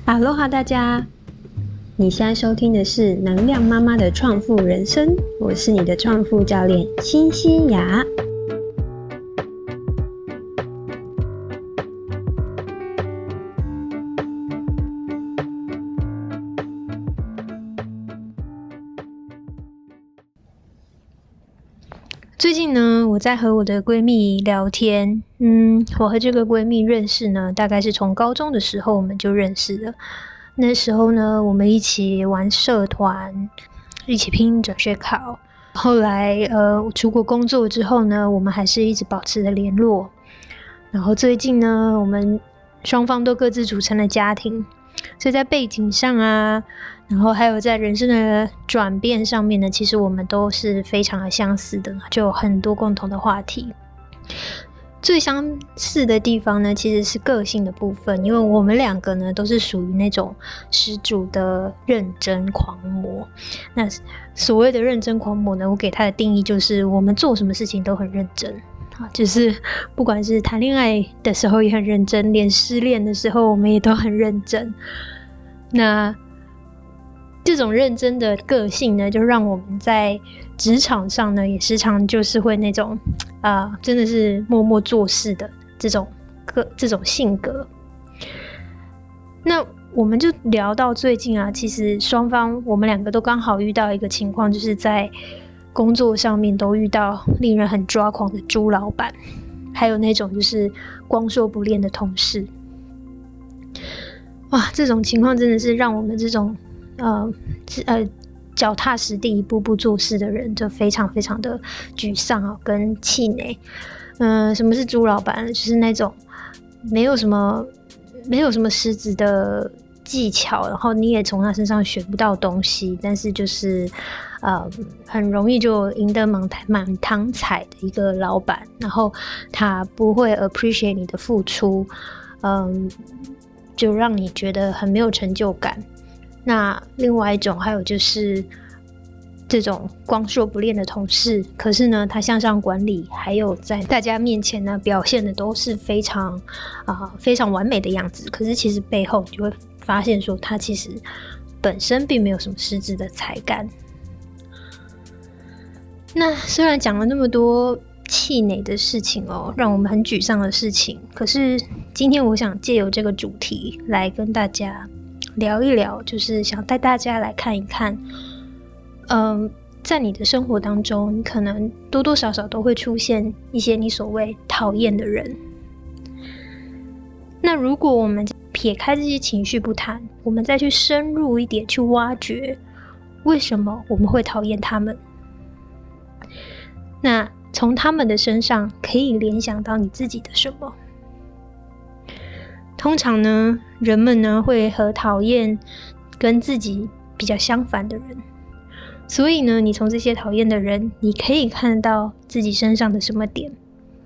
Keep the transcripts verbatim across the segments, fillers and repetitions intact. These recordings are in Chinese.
哈喽哈，大家，你现在收听的是能量妈妈的创富人生，我是你的创富教练辛西亚。最近呢，我在和我的闺蜜聊天。嗯，我和这个闺蜜认识呢，大概是从高中的时候我们就认识了。那时候呢，我们一起玩社团，一起拼转学考。后来呃，出国工作之后呢，我们还是一直保持着联络。然后最近呢，我们双方都各自组成了家庭，所以在背景上啊，然后还有在人生的转变上面呢，其实我们都是非常的相似的，就有很多共同的话题。最相似的地方呢，其实是个性的部分，因为我们两个呢都是属于那种十足的认真狂魔。那所谓的认真狂魔呢，我给他的定义就是我们做什么事情都很认真，就是不管是谈恋爱的时候也很认真，连失恋的时候我们也都很认真。那这种认真的个性呢，就让我们在职场上呢，也时常就是会那种啊、呃，真的是默默做事的这种个这种性格。那我们就聊到最近啊，其实双方我们两个都刚好遇到一个情况，就是在工作上面都遇到令人很抓狂的猪老板，还有那种就是光说不练的同事。哇，这种情况真的是让我们这种呃呃脚踏实地一步步做事的人就非常非常的沮丧啊，跟气馁。嗯、呃，什么是猪老板？就是那种没有什么没有什么实质的技巧，然后你也从他身上学不到东西，但是就是呃很容易就赢得满满堂彩的一个老板，然后他不会 appreciate 你的付出，嗯、呃，就让你觉得很没有成就感。那另外一种还有就是这种光说不练的同事，可是呢他向上管理还有在大家面前呢表现的都是非常啊、呃、非常完美的样子，可是其实背后你就会发现说他其实本身并没有什么实质的才干。那虽然讲了那么多气馁的事情哦，让我们很沮丧的事情，可是今天我想借由这个主题来跟大家聊一聊，就是想带大家来看一看，嗯，在你的生活当中，你可能多多少少都会出现一些你所谓讨厌的人。那如果我们撇开这些情绪不谈，我们再去深入一点去挖掘，为什么我们会讨厌他们？那从他们的身上可以联想到你自己的什么？通常呢，人们呢会和讨厌跟自己比较相反的人，所以呢，你从这些讨厌的人，你可以看到自己身上的什么点。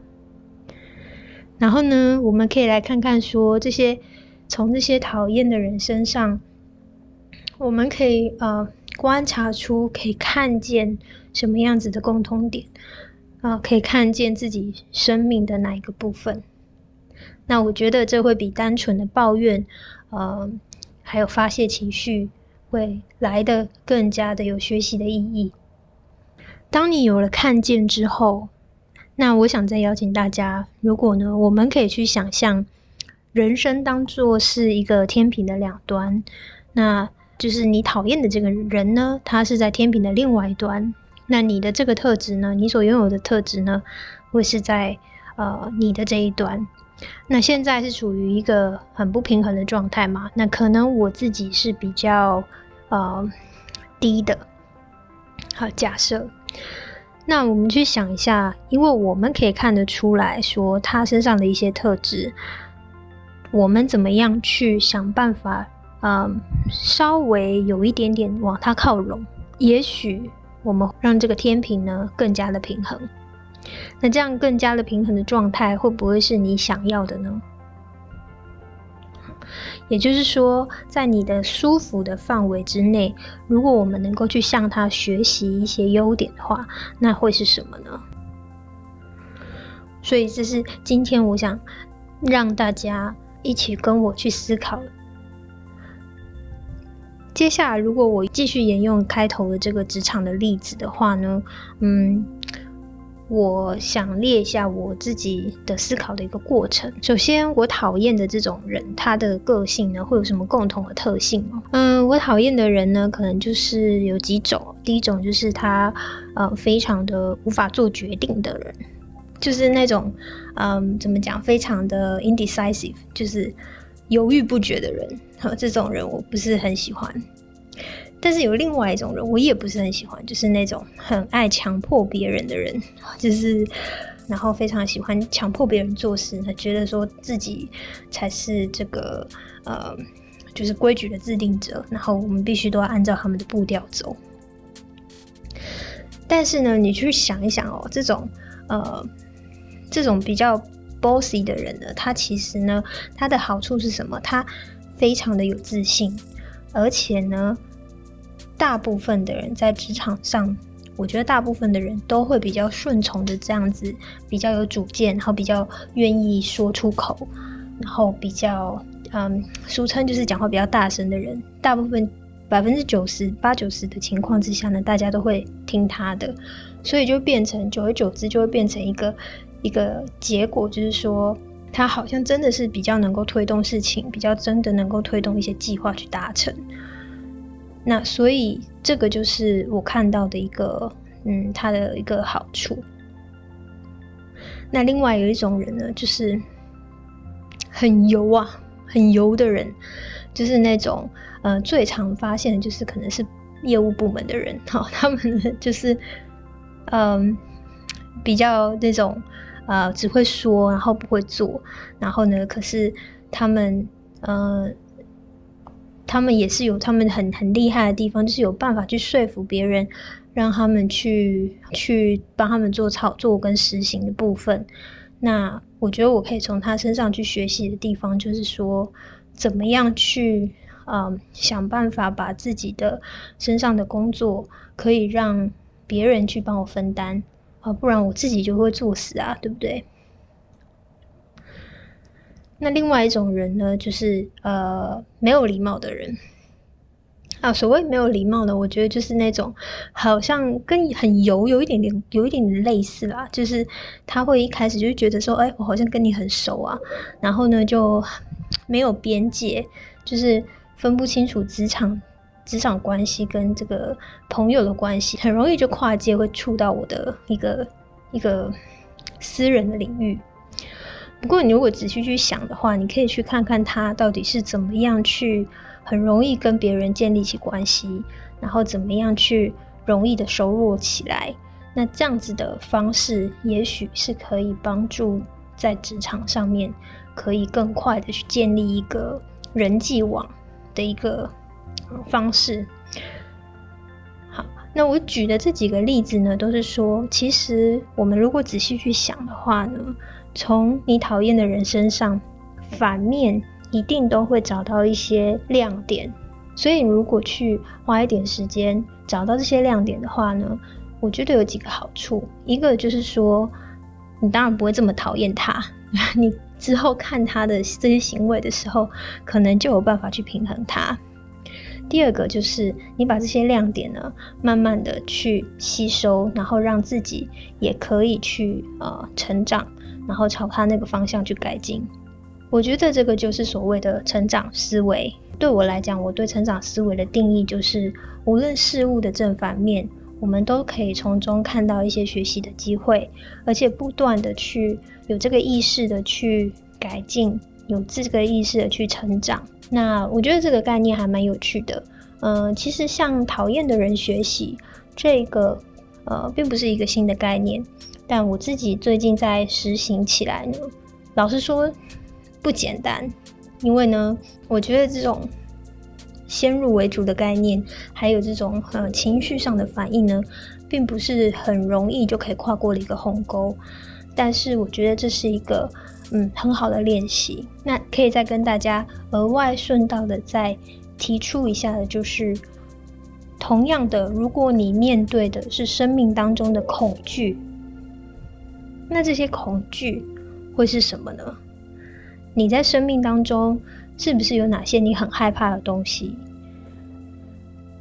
然后呢，我们可以来看看说，这些从这些讨厌的人身上，我们可以呃观察出，可以看见什么样子的共通点啊、呃，可以看见自己生命的哪一个部分。那我觉得这会比单纯的抱怨，呃，还有发泄情绪，会来得更加的有学习的意义。当你有了看见之后，那我想再邀请大家，如果呢，我们可以去想象，人生当作是一个天平的两端，那就是你讨厌的这个人呢，他是在天平的另外一端，那你的这个特质呢，你所拥有的特质呢，会是在呃你的这一端。那现在是处于一个很不平衡的状态嘛，那可能我自己是比较呃低的。好，假设那我们去想一下，因为我们可以看得出来说他身上的一些特质，我们怎么样去想办法呃稍微有一点点往他靠拢，也许我们让这个天平呢更加的平衡。那这样更加的平衡的状态会不会是你想要的呢？也就是说，在你的舒服的范围之内，如果我们能够去向他学习一些优点的话，那会是什么呢？所以这是今天我想让大家一起跟我去思考的。 接下来如果我继续沿用开头的这个职场的例子的话呢，嗯，我想列一下我自己的思考的一个过程。首先，我讨厌的这种人，他的个性呢会有什么共同的特性？嗯，我讨厌的人呢，可能就是有几种。第一种就是他呃非常的无法做决定的人，就是那种嗯怎么讲，非常的 indecisive， 就是犹豫不决的人。这种人我不是很喜欢。但是有另外一种人我也不是很喜欢，就是那种很爱强迫别人的人，就是然后非常喜欢强迫别人做事，觉得说自己才是这个呃就是规矩的制定者，然后我们必须都要按照他们的步调走。但是呢，你去想一想哦，这种呃这种比较 bossy 的人呢，他其实呢，他的好处是什么？他非常的有自信，而且呢，大部分的人在职场上，我觉得大部分的人都会比较顺从的这样子，比较有主见，然后比较愿意说出口，然后比较嗯，俗称就是讲话比较大声的人，大部分百分之九十八九十的情况之下呢，大家都会听他的，所以就变成久而久之就会变成一个一个结果，就是说他好像真的是比较能够推动事情，比较真的能够推动一些计划去达成。那所以这个就是我看到的一个嗯，他的一个好处。那另外有一种人呢，就是很油啊很油的人，就是那种呃最常发现的就是可能是业务部门的人，好，他们呢就是嗯比较那种呃只会说然后不会做，然后呢可是他们呃他们也是有他们很很厉害的地方，就是有办法去说服别人，让他们去去帮他们做操作跟实行的部分。那我觉得我可以从他身上去学习的地方，就是说怎么样去嗯想办法把自己的身上的工作可以让别人去帮我分担啊，不然我自己就会作死啊，对不对？那另外一种人呢，就是呃没有礼貌的人啊。所谓没有礼貌呢，我觉得就是那种好像跟很油有一点点有一点点类似啦，就是他会一开始就觉得说，哎，我好像跟你很熟啊，然后呢就没有边界，就是分不清楚职场职场关系跟这个朋友的关系，很容易就跨界会触到我的一个一个私人的领域。不过你如果仔细去想的话，你可以去看看他到底是怎么样去很容易跟别人建立起关系，然后怎么样去容易的熟络起来。那这样子的方式也许是可以帮助在职场上面可以更快的去建立一个人际网的一个方式。好，那我举的这几个例子呢，都是说其实我们如果仔细去想的话呢，从你讨厌的人身上反面一定都会找到一些亮点，所以如果去花一点时间找到这些亮点的话呢，我觉得有几个好处。一个就是说你当然不会这么讨厌他，你之后看他的这些行为的时候可能就有办法去平衡他。第二个就是你把这些亮点呢慢慢的去吸收，然后让自己也可以去呃成长，然后朝他那个方向去改进。我觉得这个就是所谓的成长思维。对我来讲，我对成长思维的定义就是无论事物的正反面，我们都可以从中看到一些学习的机会，而且不断的去有这个意识的去改进，有这个意识的去成长。那我觉得这个概念还蛮有趣的。呃，其实向讨厌的人学习这个呃并不是一个新的概念，但我自己最近在实行起来呢，老实说不简单。因为呢我觉得这种先入为主的概念，还有这种呃情绪上的反应呢，并不是很容易就可以跨过的一个鸿沟。但是我觉得这是一个嗯很好的练习。那可以再跟大家额外顺道的再提出一下的就是，同样的，如果你面对的是生命当中的恐惧，那这些恐惧会是什么呢？你在生命当中是不是有哪些你很害怕的东西？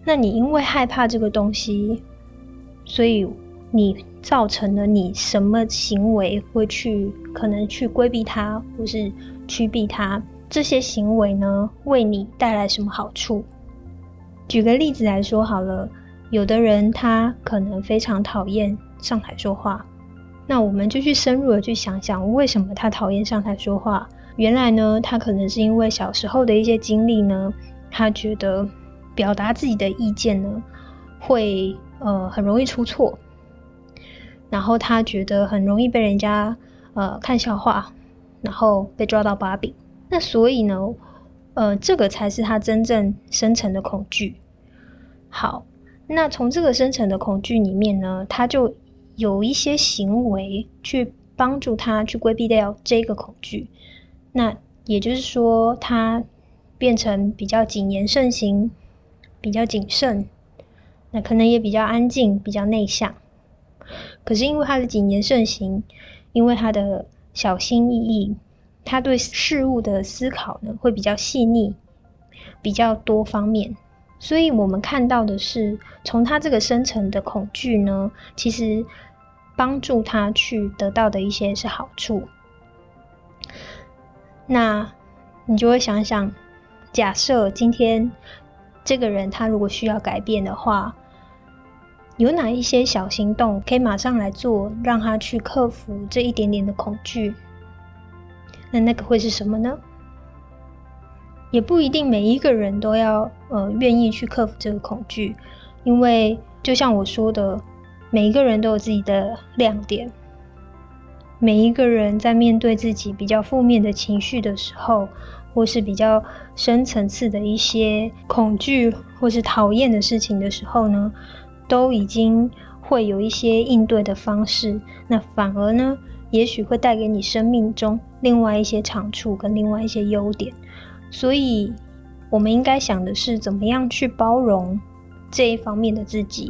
那你因为害怕这个东西，所以你造成了你什么行为会去可能去规避它，或是趋避它，这些行为呢为你带来什么好处？举个例子来说好了，有的人他可能非常讨厌上台说话，那我们就去深入的去想想为什么他讨厌上台说话。原来呢，他可能是因为小时候的一些经历呢，他觉得表达自己的意见呢会呃很容易出错，然后他觉得很容易被人家呃看笑话，然后被抓到把柄。那所以呢呃这个才是他真正深层的恐惧。好，那从这个深层的恐惧里面呢，他就有一些行为去帮助他去规避掉这个恐惧。那也就是说，他变成比较谨言慎行，比较谨慎，那可能也比较安静，比较内向。可是因为他的谨言慎行，因为他的小心翼翼，他对事物的思考呢会比较细腻，比较多方面。所以我们看到的是，从他这个深层的恐惧呢，其实帮助他去得到的一些是好处。那你就会想想，假设今天这个人他如果需要改变的话，有哪一些小行动可以马上来做，让他去克服这一点点的恐惧？那那个会是什么呢？也不一定每一个人都要呃愿意去克服这个恐惧，因为就像我说的，每一个人都有自己的亮点。每一个人在面对自己比较负面的情绪的时候，或是比较深层次的一些恐惧或是讨厌的事情的时候呢，都已经会有一些应对的方式，那反而呢也许会带给你生命中另外一些长处跟另外一些优点。所以我们应该想的是怎么样去包容这一方面的自己。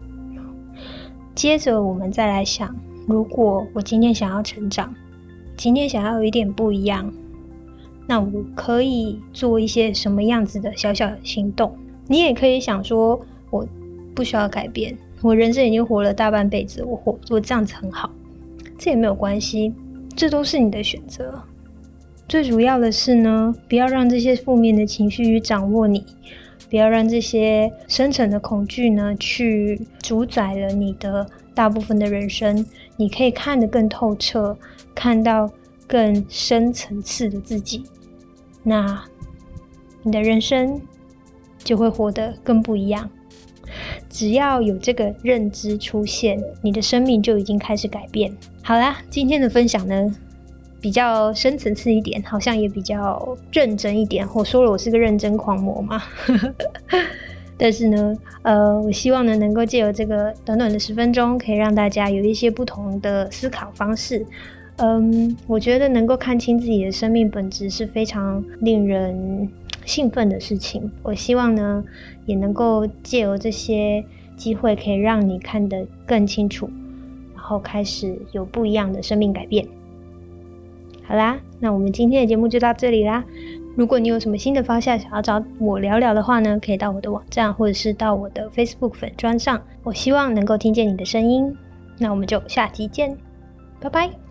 接着我们再来想，如果我今天想要成长，今天想要有一点不一样，那我可以做一些什么样子的小小的行动？你也可以想说，我不需要改变，我人生已经活了大半辈子，我活我这样子很好，这也没有关系，这都是你的选择。最主要的是呢，不要让这些负面的情绪去掌握你，不要让这些深层的恐惧呢去主宰了你的大部分的人生。你可以看得更透彻，看到更深层次的自己，那你的人生就会活得更不一样。只要有这个认知出现，你的生命就已经开始改变。好啦，今天的分享呢比较深层次一点，好像也比较认真一点。我说了我是个认真狂魔嘛但是呢呃，我希望呢能够借由这个短短的十分钟，可以让大家有一些不同的思考方式。嗯，我觉得能够看清自己的生命本质是非常令人兴奋的事情。我希望呢也能够借由这些机会，可以让你看得更清楚，然后开始有不一样的生命改变。好啦，那我们今天的节目就到这里啦。如果你有什么新的方向想要找我聊聊的话呢，可以到我的网站或者是到我的 Facebook 粉专上，我希望能够听见你的声音。那我们就下集见，拜拜。